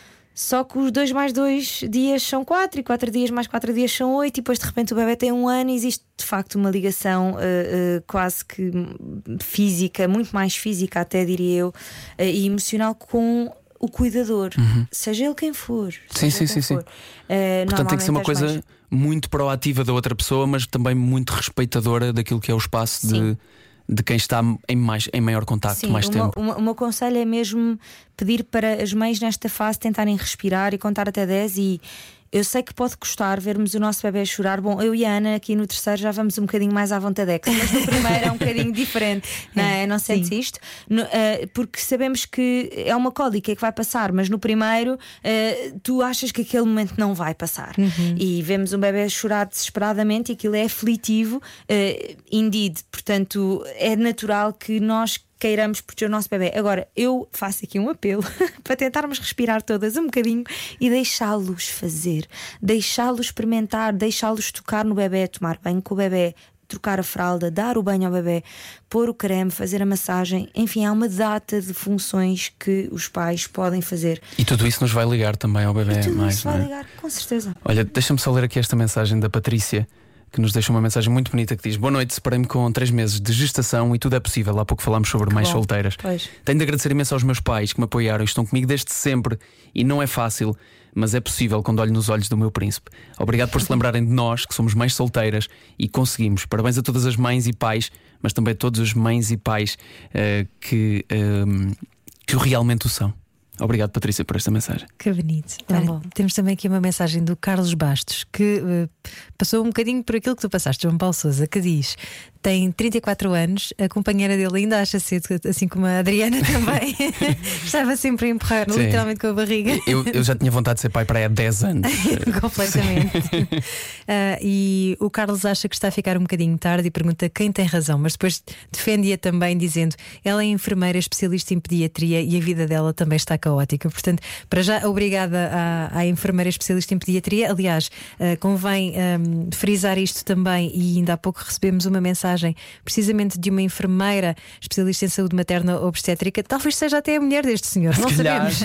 Só que os dois mais dois dias são quatro, e quatro dias mais quatro dias são oito, e depois de repente o bebê tem um ano e existe de facto uma ligação uh, uh, quase que física, muito mais física até diria eu, uh, e emocional com o cuidador, uhum. seja ele quem for. Sim, sim, sim, sim. Uh, Portanto tem que ser uma coisa mais... muito proativa da outra pessoa, mas também muito respeitadora daquilo que é o espaço de, de quem está em, mais, em maior contacto, Sim, mais uma, tempo. Uma, o meu conselho é mesmo pedir para as mães nesta fase tentarem respirar e contar até dez. E eu sei que pode custar vermos o nosso bebê chorar. Bom, eu e a Ana aqui no terceiro já vamos um bocadinho mais à vontadex, mas no primeiro é um bocadinho diferente, não é? Não sentes isto? No, uh, porque sabemos que é uma cólica que vai passar, mas no primeiro uh, tu achas que aquele momento não vai passar. Uhum. E vemos um bebê chorar desesperadamente e aquilo é aflitivo, uh, indeed. Portanto, é natural que nós queiramos proteger o nosso bebê. Agora, eu faço aqui um apelo para tentarmos respirar todas um bocadinho e deixá-los fazer, deixá-los experimentar, deixá-los tocar no bebê, tomar banho com o bebê, trocar a fralda, dar o banho ao bebê, pôr o creme, fazer a massagem. Enfim, há uma data de funções que os pais podem fazer. E tudo isso nos vai ligar também ao bebê. E tudo mais, isso vai não é? ligar, com certeza. Olha, deixa-me só ler aqui esta mensagem da Patrícia, que nos deixa uma mensagem muito bonita que diz: boa noite, separei-me com três meses de gestação e tudo é possível. Há pouco falámos sobre Que mães bom. solteiras. Pois. Tenho de agradecer imenso aos meus pais que me apoiaram e estão comigo desde sempre. E não é fácil, mas é possível quando olho nos olhos do meu príncipe. Obrigado por se lembrarem de nós, que somos mães solteiras e conseguimos. Parabéns a todas as mães e pais, mas também a todos os mães e pais uh, que, uh, que realmente o são. Obrigado, Patrícia, por esta mensagem. Que bonito. Tá Olha, bom. temos também aqui uma mensagem do Carlos Bastos, que uh, passou um bocadinho por aquilo que tu passaste, João Paulo Sousa, que diz: tem trinta e quatro anos, a companheira dele ainda acha cedo, assim como a Adriana também. Estava sempre a empurrar, Sim. literalmente com a barriga. Eu, eu já tinha vontade de ser pai para aí há dez anos. Completamente. uh, e o Carlos acha que está a ficar um bocadinho tarde e pergunta quem tem razão, mas depois defende-a também, dizendo: ela é enfermeira especialista em pediatria e a vida dela também está caótica. Portanto, para já, obrigada à, à enfermeira especialista em pediatria. Aliás, uh, convém um, frisar isto também, e ainda há pouco recebemos uma mensagem precisamente de uma enfermeira especialista em saúde materna obstétrica, talvez seja até a mulher deste senhor, não sabemos.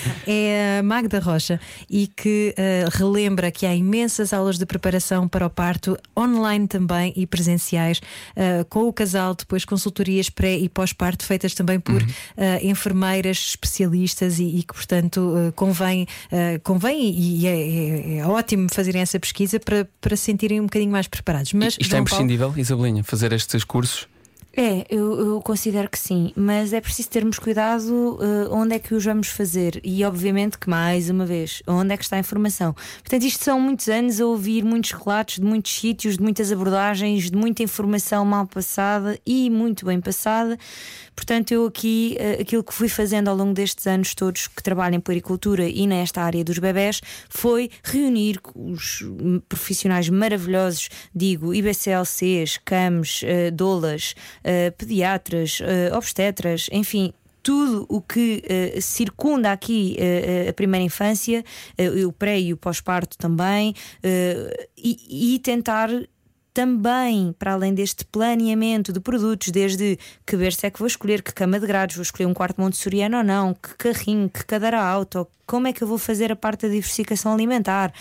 É a Magda Rocha, e que uh, relembra que há imensas aulas de preparação para o parto, online também e presenciais, uh, com o casal, depois consultorias pré e pós-parto feitas também por uhum. uh, enfermeiras especialistas, e, e que portanto uh, convém, uh, convém e é, é, é ótimo fazerem essa pesquisa para, para se sentirem um bocadinho mais preparados. Mas isto é imprescindível, Paulo... Isabelinha, fazer estes cursos? É, eu, eu considero que sim, mas é preciso termos cuidado uh, onde é que os vamos fazer. E obviamente que, mais uma vez, onde é que está a informação. Portanto, isto são muitos anos a ouvir muitos relatos de muitos sítios, de muitas abordagens, de muita informação mal passada e muito bem passada. Portanto, eu aqui, uh, aquilo que fui fazendo ao longo destes anos todos que trabalho em puericultura e nesta área dos bebés, foi reunir os profissionais maravilhosos, digo, I B C L Cs, C A Ms, uh, doulas, Uh, pediatras, uh, obstetras, enfim, tudo o que uh, circunda aqui uh, a primeira infância, uh, o pré e o pós-parto também, uh, e, e tentar também, para além deste planeamento de produtos, desde que berço é que vou escolher, que cama de grades, vou escolher um quarto montessoriano ou não, que carrinho, que cadeira auto, como é que eu vou fazer a parte da diversificação alimentar,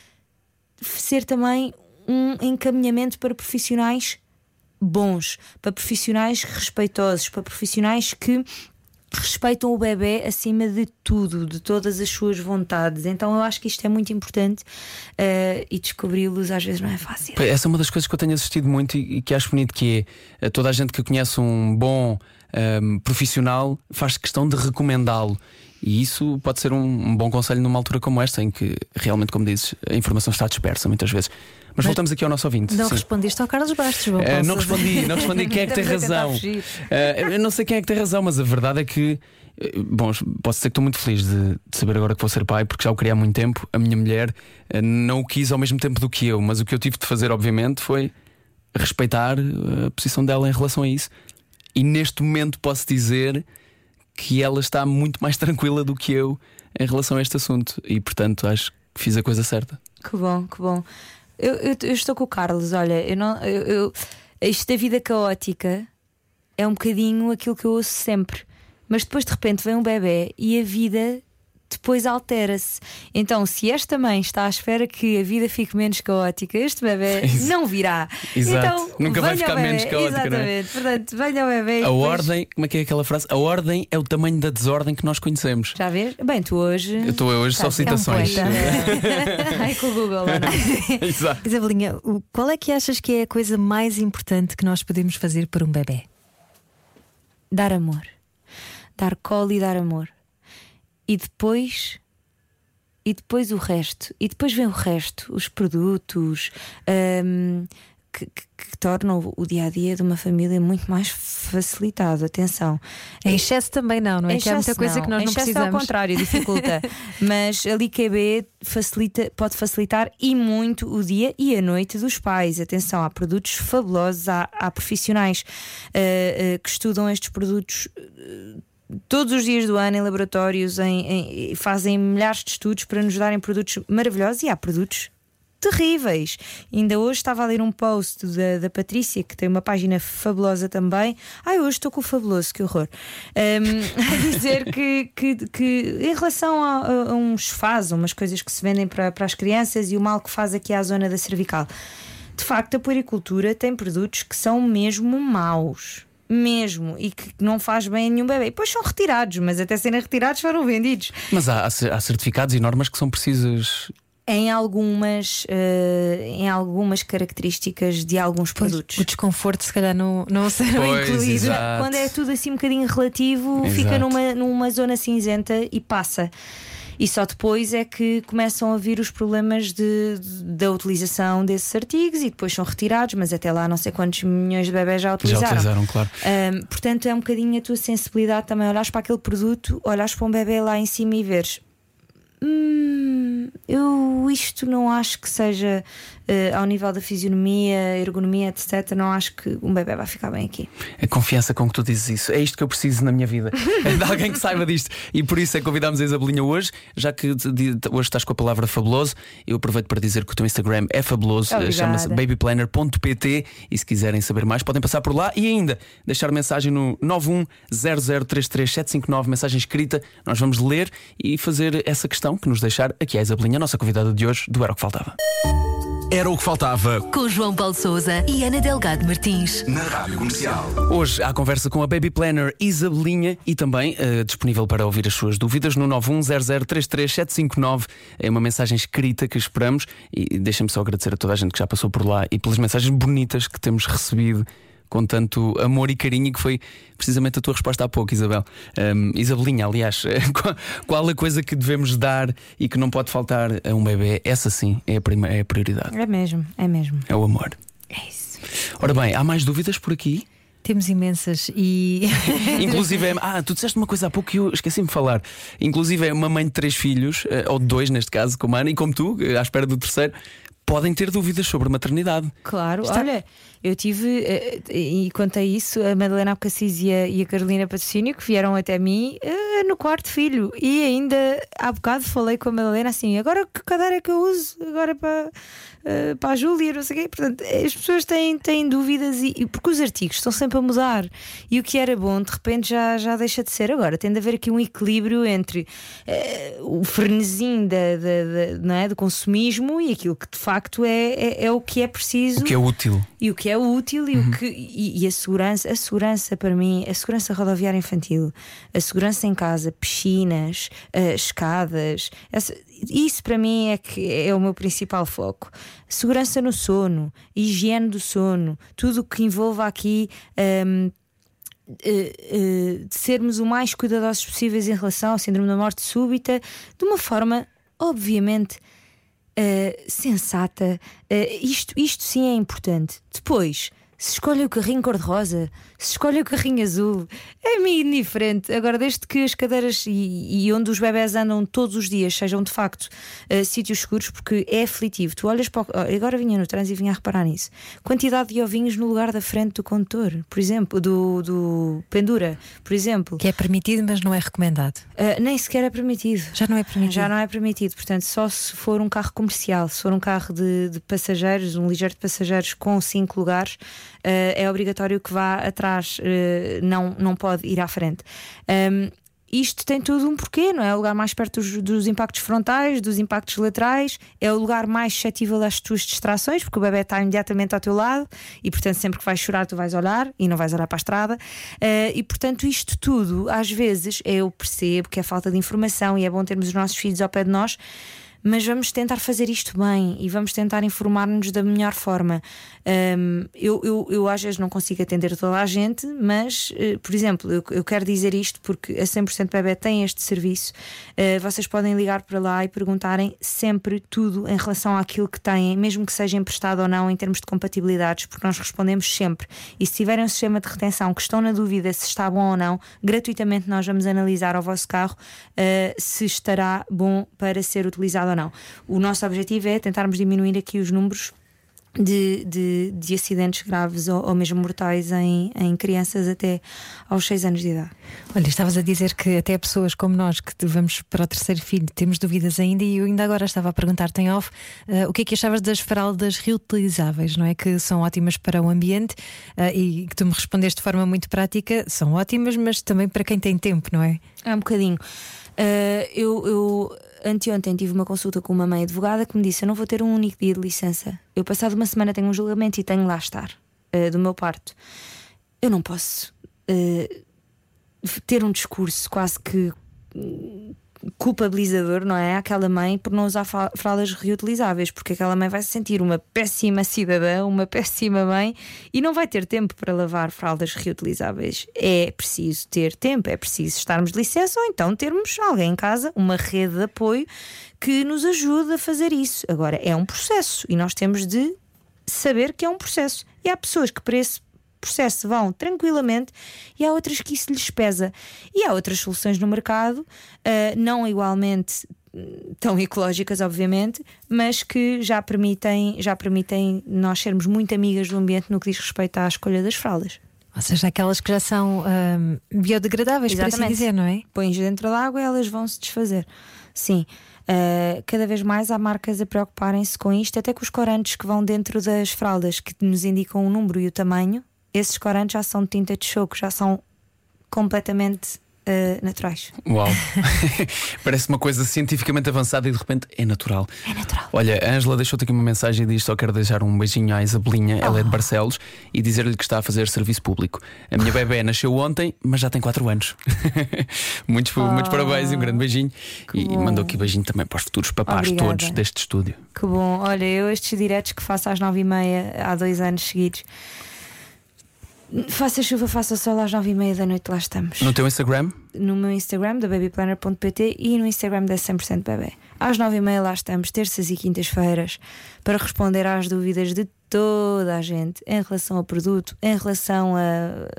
ser também um encaminhamento para profissionais bons, para profissionais respeitosos, para profissionais que respeitam o bebê acima de tudo, de todas as suas vontades. Então eu acho que isto é muito importante uh, e descobri-los às vezes não é fácil. Essa é uma das coisas que eu tenho assistido muito e, e que acho bonito, que é toda a gente que conhece um bom um, profissional faz questão de recomendá-lo. E isso pode ser um, um bom conselho numa altura como esta, em que realmente, como dizes, a informação está dispersa muitas vezes. Mas, Mas voltamos aqui ao nosso ouvinte. Não Sim. respondeste ao Carlos Bastos, João uh, Não respondi, não respondi quem é que tem razão. uh, Eu não sei quem é que tem razão, mas a verdade é que, bom, posso dizer que estou muito feliz de, de saber agora que vou ser pai, porque já o queria há muito tempo. A minha mulher uh, não o quis ao mesmo tempo do que eu, mas o que eu tive de fazer, obviamente, foi respeitar a posição dela em relação a isso. E neste momento posso dizer que ela está muito mais tranquila do que eu em relação a este assunto. E portanto acho que fiz a coisa certa. Que bom, que bom. Eu, eu, eu estou com o Carlos. Olha, eu não, eu, eu, isto da vida caótica é um bocadinho aquilo que eu ouço sempre. Mas depois de repente vem um bebê e a vida depois altera-se. Então, se esta mãe está à espera que a vida fique menos caótica, este bebê Isso. não virá. Exato. Então, nunca vai ficar menos caótica. Exatamente. Não é? Portanto, venha o bebê. A depois... ordem, como é que é aquela frase? A ordem é o tamanho da desordem que nós conhecemos. Já vês? Bem, tu hoje. Eu estou hoje só citações. Ai, com o Google, não. Exato. Isabelinha, qual é que achas que é a coisa mais importante que nós podemos fazer por um bebê? Dar amor. Dar colo e dar amor. E depois. E depois o resto. E depois vem o resto. Os produtos um, que, que, que tornam o dia a dia de uma família muito mais facilitado. Atenção. Em excesso também não, não é? Em Que há muita excesso coisa não. que nós em não excesso precisamos. Ao contrário, dificulta. Mas ali Q B facilita, pode facilitar e muito o dia e a noite dos pais. Atenção, há produtos fabulosos, há, há profissionais uh, uh, que estudam estes produtos uh, todos os dias do ano em laboratórios, em, em, fazem milhares de estudos para nos darem produtos maravilhosos, e há produtos terríveis. Ainda hoje estava a ler um post da, da Patrícia, que tem uma página fabulosa também. Ai, hoje estou com o fabuloso, que horror. Um, a dizer que, que, que em relação a, a uns faz, umas coisas que se vendem para, para as crianças e o mal que faz aqui à zona da cervical. De facto, a puericultura tem produtos que são mesmo maus. Mesmo, e que não faz bem a nenhum bebê. E depois são retirados, mas até serem retirados foram vendidos. Mas há, há certificados e normas que são precisas. Em algumas, uh, em algumas características de alguns produtos. O desconforto, se calhar, não, não será Pois, incluído. exato. Quando é tudo assim um bocadinho relativo, Exato. fica numa, numa zona cinzenta e passa. E só depois é que começam a vir os problemas de, de, da utilização desses artigos, e depois são retirados, mas até lá não sei quantos milhões de bebés já utilizaram. Já utilizaram, claro. Um, portanto, é um bocadinho a tua sensibilidade também. Olhares para aquele produto, olhares para um bebê lá em cima e veres. Hum, eu isto não acho que seja uh, ao nível da fisionomia, ergonomia, etcétera. Não acho que um bebê vai ficar bem aqui. A confiança com que tu dizes isso, é isto que eu preciso na minha vida. É de alguém que saiba disto. E por isso é que convidámos a Isabelinha hoje. Já que hoje estás com a palavra fabuloso, eu aproveito para dizer que o teu Instagram é fabuloso. Obrigada. Chama-se baby planner ponto pt. E se quiserem saber mais, podem passar por lá. E ainda deixar mensagem no nove um zero zero três três sete cinco nove, mensagem escrita. Nós vamos ler e fazer essa questão que nos deixar aqui a Isabelinha, a nossa convidada de hoje do Era o que Faltava. Era o que faltava. Com João Paulo Sousa e Ana Delgado Martins. Na Rádio Comercial. Hoje há conversa com a Baby Planner Isabelinha e também uh, disponível para ouvir as suas dúvidas no nove um zero zero três três sete cinco nove. É uma mensagem escrita que esperamos. E deixa-me só agradecer a toda a gente que já passou por lá e pelas mensagens bonitas que temos recebido com tanto amor e carinho, que foi precisamente a tua resposta há pouco, Isabel. um, Isabelinha, aliás, qual, qual a coisa que devemos dar e que não pode faltar a um bebê? Essa sim é a, prima, é a prioridade. É mesmo, é mesmo. É o amor. É isso. Ora bem, há mais dúvidas por aqui? Temos imensas e. Inclusive, é, ah, tu disseste uma coisa há pouco que eu esqueci-me de falar. Inclusive, é uma mãe de três filhos, ou de dois neste caso, como a Ana, e como tu, à espera do terceiro, podem ter dúvidas sobre maternidade. Claro, Está... olha, eu tive, e contei isso, a Madalena Abcacis e a, e a Carolina Patrocínio, que vieram até mim uh, no quarto filho. E ainda há bocado falei com a Madalena assim: agora que cadeira é que eu uso? Agora para, uh, para a Júlia, não sei o quê. Portanto, as pessoas têm, têm dúvidas, e, e porque os artigos estão sempre a mudar. E o que era bom, de repente, já, já deixa de ser. Agora, tem de haver aqui um equilíbrio entre uh, o frenesim da, da, da, não é, do consumismo e aquilo que de facto facto é, é, é o que é preciso. O que é útil. E o que é útil e, uhum. o que, e, e a segurança, a segurança para mim, a segurança rodoviária infantil, a segurança em casa, piscinas, uh, escadas, essa, isso para mim é que é o meu principal foco. Segurança no sono, higiene do sono, tudo o que envolva aqui um, uh, uh, de sermos o mais cuidadosos possíveis em relação ao síndrome da morte súbita, de uma forma obviamente Uh, sensata. uh, isto, isto sim é importante. Depois, se escolhe o carrinho cor-de-rosa, se escolhe o carrinho azul, é-me indiferente. Agora, desde que as cadeiras e, e onde os bebés andam todos os dias sejam de facto uh, sítios seguros, porque é aflitivo. Tu olhas para o... Agora vinha no trânsito e vinha a reparar nisso. Quantidade de ovinhos no lugar da frente do condutor, por exemplo, do, do pendura, por exemplo. Que é permitido, mas não é recomendado. Uh, nem sequer é permitido. Já não é permitido. Já não é permitido. Portanto, só se for um carro comercial, se for um carro de, de passageiros, um ligeiro de passageiros com cinco lugares, uh, é obrigatório que vá atrás, uh, não, não pode ir à frente. Um, Isto tem tudo um porquê, não é? É o lugar mais perto dos, dos impactos frontais, dos impactos laterais, é o lugar mais suscetível às tuas distrações, porque o bebê está imediatamente ao teu lado e, portanto, sempre que vais chorar, tu vais olhar e não vais olhar para a estrada. Uh, e, portanto, isto tudo, às vezes, eu percebo que é falta de informação e é bom termos os nossos filhos ao pé de nós, mas vamos tentar fazer isto bem e vamos tentar informar-nos da melhor forma. Um, eu, eu, eu às vezes não consigo atender toda a gente, mas, uh, por exemplo, eu, eu quero dizer isto porque a cem por cento Bebé tem este serviço. Uh, vocês podem ligar para lá e perguntarem sempre tudo em relação àquilo que têm, mesmo que seja emprestado ou não, em termos de compatibilidades, porque nós respondemos sempre. E se tiverem um sistema de retenção que estão na dúvida se está bom ou não, gratuitamente nós vamos analisar ao vosso carro uh, se estará bom para ser utilizado ou não. O nosso objetivo é tentarmos diminuir aqui os números de, de, de acidentes graves ou, ou mesmo mortais em, em crianças até aos seis anos de idade. Olha, estavas a dizer que até pessoas como nós que vamos para o terceiro filho temos dúvidas ainda, e eu ainda agora estava a perguntar-te em off uh, o que é que achavas das fraldas reutilizáveis, não é? Que são ótimas para o ambiente uh, e que tu me respondeste de forma muito prática, são ótimas, mas também para quem tem tempo, não é? É um bocadinho. Uh, eu... eu... Anteontem tive uma consulta com uma mãe advogada que me disse: eu não vou ter um único dia de licença. Eu passado uma semana tenho um julgamento e tenho lá estar uh, do meu parto. Eu não posso uh, ter um discurso quase que culpabilizador, não é? Aquela mãe por não usar fraldas reutilizáveis, porque aquela mãe vai se sentir uma péssima cidadã, uma péssima mãe, e não vai ter tempo para lavar fraldas reutilizáveis. É preciso ter tempo, é preciso estarmos de licença, ou então termos alguém em casa, uma rede de apoio que nos ajude a fazer isso. Agora, é um processo e nós temos de saber que é um processo, e há pessoas que para esse processo vão tranquilamente e há outras que isso lhes pesa, e há outras soluções no mercado, uh, não igualmente tão ecológicas, obviamente, mas que já permitem, já permitem nós sermos muito amigas do ambiente no que diz respeito à escolha das fraldas. Ou seja, aquelas que já são um, biodegradáveis, por assim dizer, não é? Pões dentro da água e elas vão se desfazer. Sim. Uh, cada vez mais há marcas a preocuparem-se com isto, até com os corantes que vão dentro das fraldas, que nos indicam o número e o tamanho. Esses corantes já são de tinta de choco, já são completamente uh, naturais. Uau! Parece uma coisa cientificamente avançada e de repente é natural. É natural. Olha, a Ângela deixou-te aqui uma mensagem e diz: só quero deixar um beijinho à Isabelinha, oh. Ela é de Barcelos, e dizer-lhe que está a fazer serviço público. A minha bebé nasceu ontem, mas já tem quatro anos. muitos, oh. muitos parabéns e um grande beijinho. E, e mandou aqui beijinho também para os futuros papás. Obrigada. Todos deste estúdio. Que bom. Olha, eu estes diretos que faço às nove e meia há dois anos seguidos, faça chuva, faça sol, às nove e meia da noite lá estamos. No teu Instagram? No meu Instagram, da baby planner ponto pt, e no Instagram da cem por cento Bebé. Às nove e meia lá estamos, terças e quintas-feiras, para responder às dúvidas de toda a gente em relação ao produto, em relação a,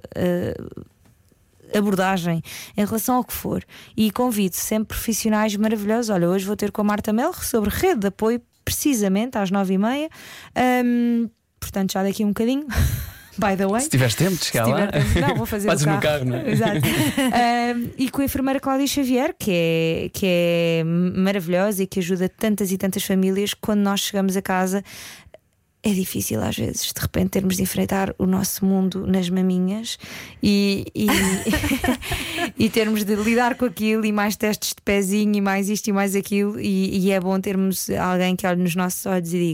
a abordagem, em relação ao que for. E convido sempre profissionais maravilhosos. Olha, hoje vou ter com a Marta Melro sobre rede de apoio, precisamente às nove e meia. Um, portanto, já daqui um bocadinho. By the way, se tiveres tempo de chegar lá, tempo, não, vou fazer fazes o carro. no carro, não é? Exato. um, e com a enfermeira Cláudia Xavier, que é, que é maravilhosa e que ajuda tantas e tantas famílias. Quando nós chegamos a casa, é difícil às vezes de repente termos de enfrentar o nosso mundo nas maminhas e, e, e termos de lidar com aquilo, e mais testes de pezinho, e mais isto e mais aquilo, e, e é bom termos alguém que olhe nos nossos olhos e diga: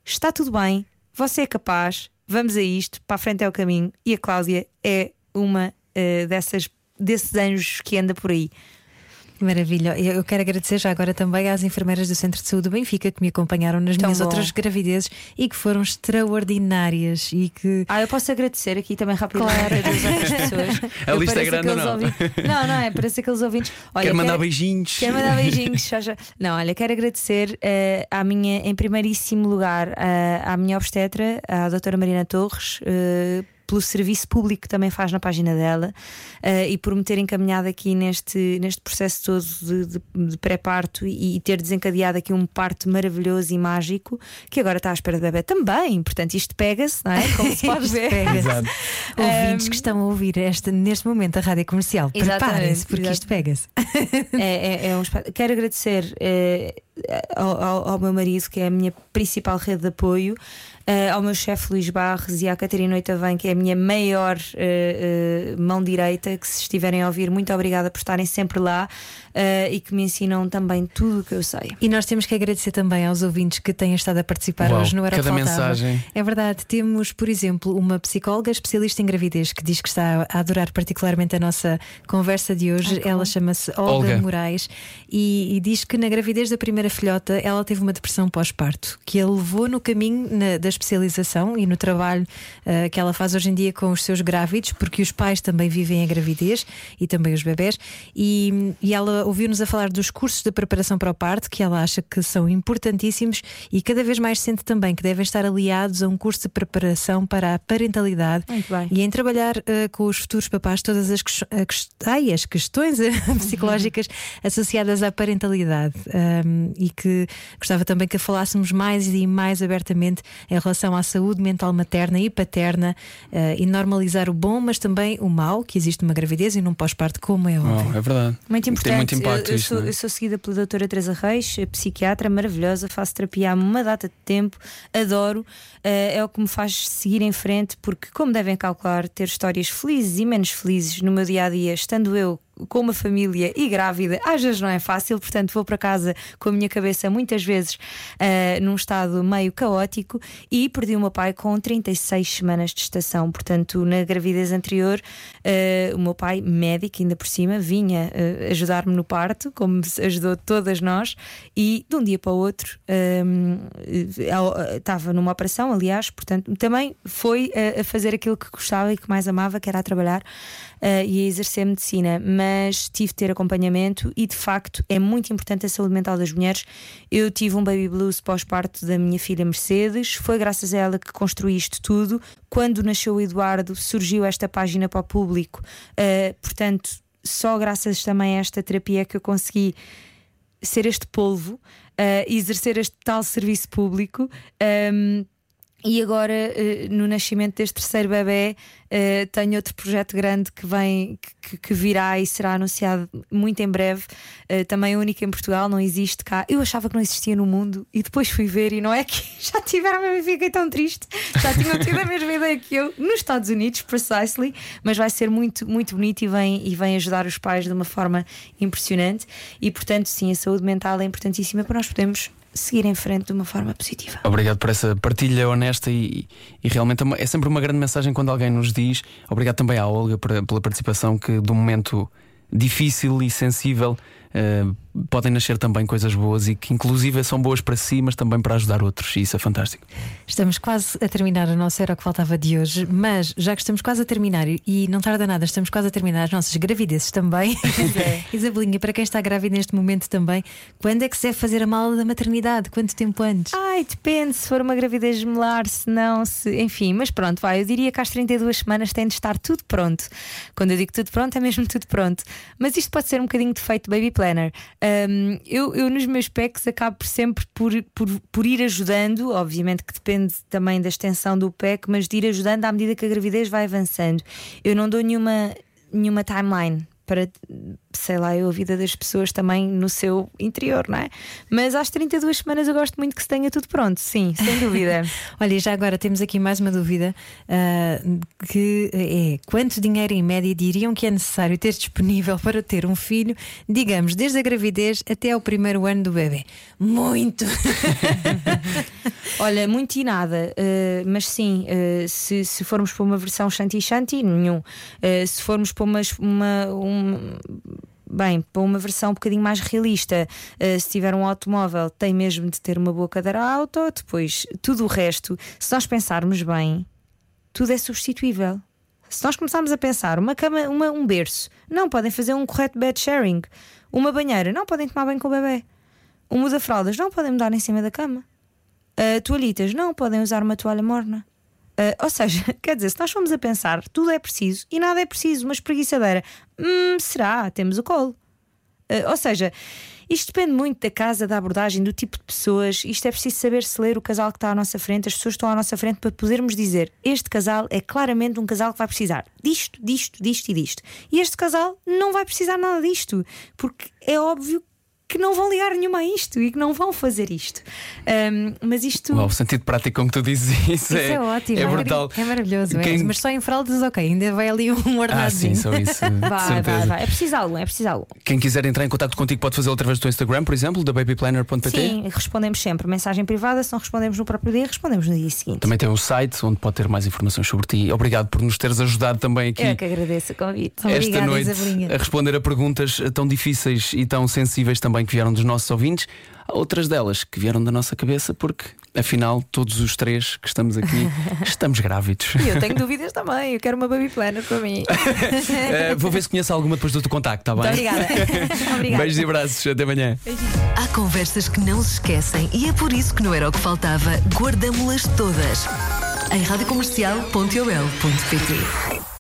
está tudo bem, você é capaz, vamos a isto, para a frente é o caminho. E a Cláudia é uma uh, dessas, desses anjos que anda por aí. Maravilha, eu quero agradecer já agora também às enfermeiras do Centro de Saúde do Benfica que me acompanharam nas Tão minhas bom. outras gravidezes e que foram extraordinárias e que... Ah, eu posso agradecer aqui também rapidamente Claro. a duas outras pessoas. A Eu lista é pareço grande ou aqueles não? ouvintes- Não, não é, parece aqueles ouvintes. Olha, Quero mandar quero- beijinhos. Quero mandar beijinhos. Já, já. Não, olha, quero agradecer uh, à minha, em primeiríssimo lugar, uh, à minha obstetra, à doutora Marina Torres, uh, pelo serviço público que também faz na página dela, uh, e por me ter encaminhado aqui neste, neste processo todo de, de, de pré-parto e, e ter desencadeado aqui um parto maravilhoso e mágico, que agora está à espera do bebê também. Portanto, isto pega-se, não é? Como se pode Isto ver. pega-se. Exato. Ouvintes Um, que estão a ouvir esta, neste momento a rádio comercial, Exatamente, preparem-se porque exato. isto pega-se. É, é, é um espa- Quero agradecer eh, ao, ao- ao meu marido, que é a minha principal rede de apoio, eh, ao meu chefe Luís Barros e à Catarina Oitavém, que é a minha maior eh, eh, mão direita, que se estiverem a ouvir, muito obrigada por estarem sempre lá, eh, e que me ensinam também tudo o que eu sei. E nós temos que agradecer também aos ouvintes que têm estado a participar Uau, hoje no Era o que cada Faltava. mensagem. É verdade, temos, por exemplo, uma psicóloga especialista em gravidez que diz que está a adorar particularmente a nossa conversa de hoje. Ai, que Ela bom. chama-se Olga, Olga. Moraes e, e diz que na gravidez da primeira filhota ela teve uma depressão pós-parto que a levou no caminho na- da especialização e no trabalho ah, que ela faz hoje em dia com os seus grávidos, porque os pais também vivem a gravidez e também os bebés. E, e ela ouviu-nos a falar dos cursos de preparação para o parto, que ela acha que são importantíssimos e cada vez mais sente também que devem estar aliados a um curso de preparação para a parentalidade. Muito bem. E em trabalhar uh, com os futuros papás todas as, ques- a ques- ai, as questões uh, psicológicas associadas à parentalidade. Um, e que gostava também que falássemos mais e mais abertamente em relação à saúde mental materna e paterna, uh, e normalizar o bom, mas também o mau que existe numa gravidez e num pós-parto, como é óbvio. Oh, é verdade. Muito Tem importante. muito impacto eu, eu isto, sou, não é? eu sou seguida pela doutora Teresa Reis, psiquiatra maravilhosa, faço terapia há uma data de tempo, adoro, eh, é o que me faz seguir em frente, porque, como devem calcular, ter histórias felizes e menos felizes no meu dia a dia, estando eu com uma família e grávida, às vezes não é fácil, portanto vou para casa com a minha cabeça muitas vezes uh, num estado meio caótico, e perdi o meu pai com trinta e seis semanas de gestação. Portanto, na gravidez anterior, uh, o meu pai, médico ainda por cima, vinha uh, ajudar-me no parto, como ajudou todas nós, e de um dia para o outro um, estava numa operação, aliás, portanto também foi uh, a fazer aquilo que gostava e que mais amava, que era a trabalhar uh, e a exercer medicina. Mas tive de ter acompanhamento e de facto é muito importante a saúde mental das mulheres. Eu tive um baby blues pós-parto da minha filha Mercedes, foi graças a ela que construí isto tudo. Quando nasceu o Eduardo surgiu esta página para o público, uh, portanto só graças também a esta terapia é que eu consegui ser este polvo, uh, exercer este tal serviço público. um, E agora, eh, no nascimento deste terceiro bebê, eh, tenho outro projeto grande que vem, que, que virá e será anunciado muito em breve. Eh, também único em Portugal, não existe cá. Eu achava que não existia no mundo e depois fui ver, e não é que já tiveram mesmo e fiquei tão triste. Já tinham tido a mesma ideia que eu, nos Estados Unidos, precisely. Mas vai ser muito, muito bonito e vem, e vem ajudar os pais de uma forma impressionante. E portanto, sim, a saúde mental é importantíssima para nós podermos seguir em frente de uma forma positiva. Obrigado por essa partilha honesta e, e realmente é uma- é sempre uma grande mensagem quando alguém nos diz. Obrigado também à Olga por- pela participação, que de um momento difícil e sensível eh, podem nascer também coisas boas e que inclusive são boas para si, mas também para ajudar outros, e isso é fantástico. Estamos quase a terminar o nosso Era o que Faltava de hoje, mas já que estamos quase a terminar e não tarda nada, estamos quase a terminar as nossas gravidezes também. é. Isabelinha, para quem está grávida neste momento também, quando é que se deve fazer a mala da maternidade? Quanto tempo antes? Ai, depende se for uma gravidez gemelar, se não, se... enfim, mas pronto, vai, eu diria que às trinta e duas semanas tem de estar tudo pronto. Quando eu digo tudo pronto, é mesmo tudo pronto. Mas isto pode ser um bocadinho defeito baby planner. Um, eu, eu nos meus packs acabo por sempre por, por, por ir ajudando, obviamente que depende também da extensão do pack, mas de ir ajudando à medida que a gravidez vai avançando. Eu não dou nenhuma, nenhuma timeline para, sei lá, eu a vida das pessoas também no seu interior, não é? Mas às trinta e duas semanas eu gosto muito que se tenha tudo pronto, sim, sem dúvida. Olha, já agora temos aqui mais uma dúvida, uh, que é: quanto dinheiro em média diriam que é necessário ter disponível para ter um filho, digamos, desde a gravidez até ao primeiro ano do bebê? Muito! Olha, muito e nada, uh, mas sim, uh, se, se formos para uma versão shanty-shanty, nenhum. Uh, se formos para uma, uma, uma Bem, para uma versão um bocadinho mais realista, uh, se tiver um automóvel, tem mesmo de ter uma boa cadeira auto. Depois, tudo o resto, se nós pensarmos bem, tudo é substituível. Se nós começarmos a pensar, uma cama, uma, um berço, não podem fazer um correto bed sharing. Uma banheira, não podem tomar banho com o bebê. Um muda-fraldas, não podem mudar em cima da cama. Uh, toalhitas, não podem usar uma toalha morna. Uh, ou seja, quer dizer, se nós formos a pensar, tudo é preciso e nada é preciso. Uma espreguiçadeira, hum, será? Temos o colo. Uh, ou seja, isto depende muito da casa, da abordagem, do tipo de pessoas. Isto é preciso saber se ler o casal que está à nossa frente, as pessoas que estão à nossa frente, para podermos dizer: este casal é claramente um casal que vai precisar disto, disto, disto e disto. E este casal não vai precisar nada disto, porque é óbvio que não vão ligar nenhuma a isto e que não vão fazer isto. Um, mas isto. Uau, o sentido prático com que tu dizes isso, isso é, é ótimo, é é brutal. É maravilhoso. Quem... É. Mas só em fraldas, ok, ainda vai ali um ordenadozinho. Ah, sim, só isso. Vai, vai, vai. É preciso algo, é preciso algo. Quem quiser entrar em contato contigo pode fazê-lo através do teu Instagram, por exemplo, da baby planner ponto pt. Sim, respondemos sempre. Mensagem privada, se não respondemos no próprio dia, respondemos no dia seguinte. Também tem um site onde pode ter mais informações sobre ti. Obrigado por nos teres ajudado também aqui. Eu que agradeço o convite. Esta Obrigada, noite Isabelinha, a responder a perguntas tão difíceis e tão sensíveis também que vieram dos nossos ouvintes. Há outras delas que vieram da nossa cabeça, porque afinal todos os três que estamos aqui estamos grávidos. E eu tenho dúvidas também. Eu quero uma baby planner para mim. uh, Vou ver se conheço alguma depois do teu contacto, está bem? Muito obrigada. Obrigada. Beijos e abraços, até amanhã. Há conversas que não se esquecem e é por isso que não era o que faltava. Guardamo-las todas em rádio comercial ponto ol ponto pt.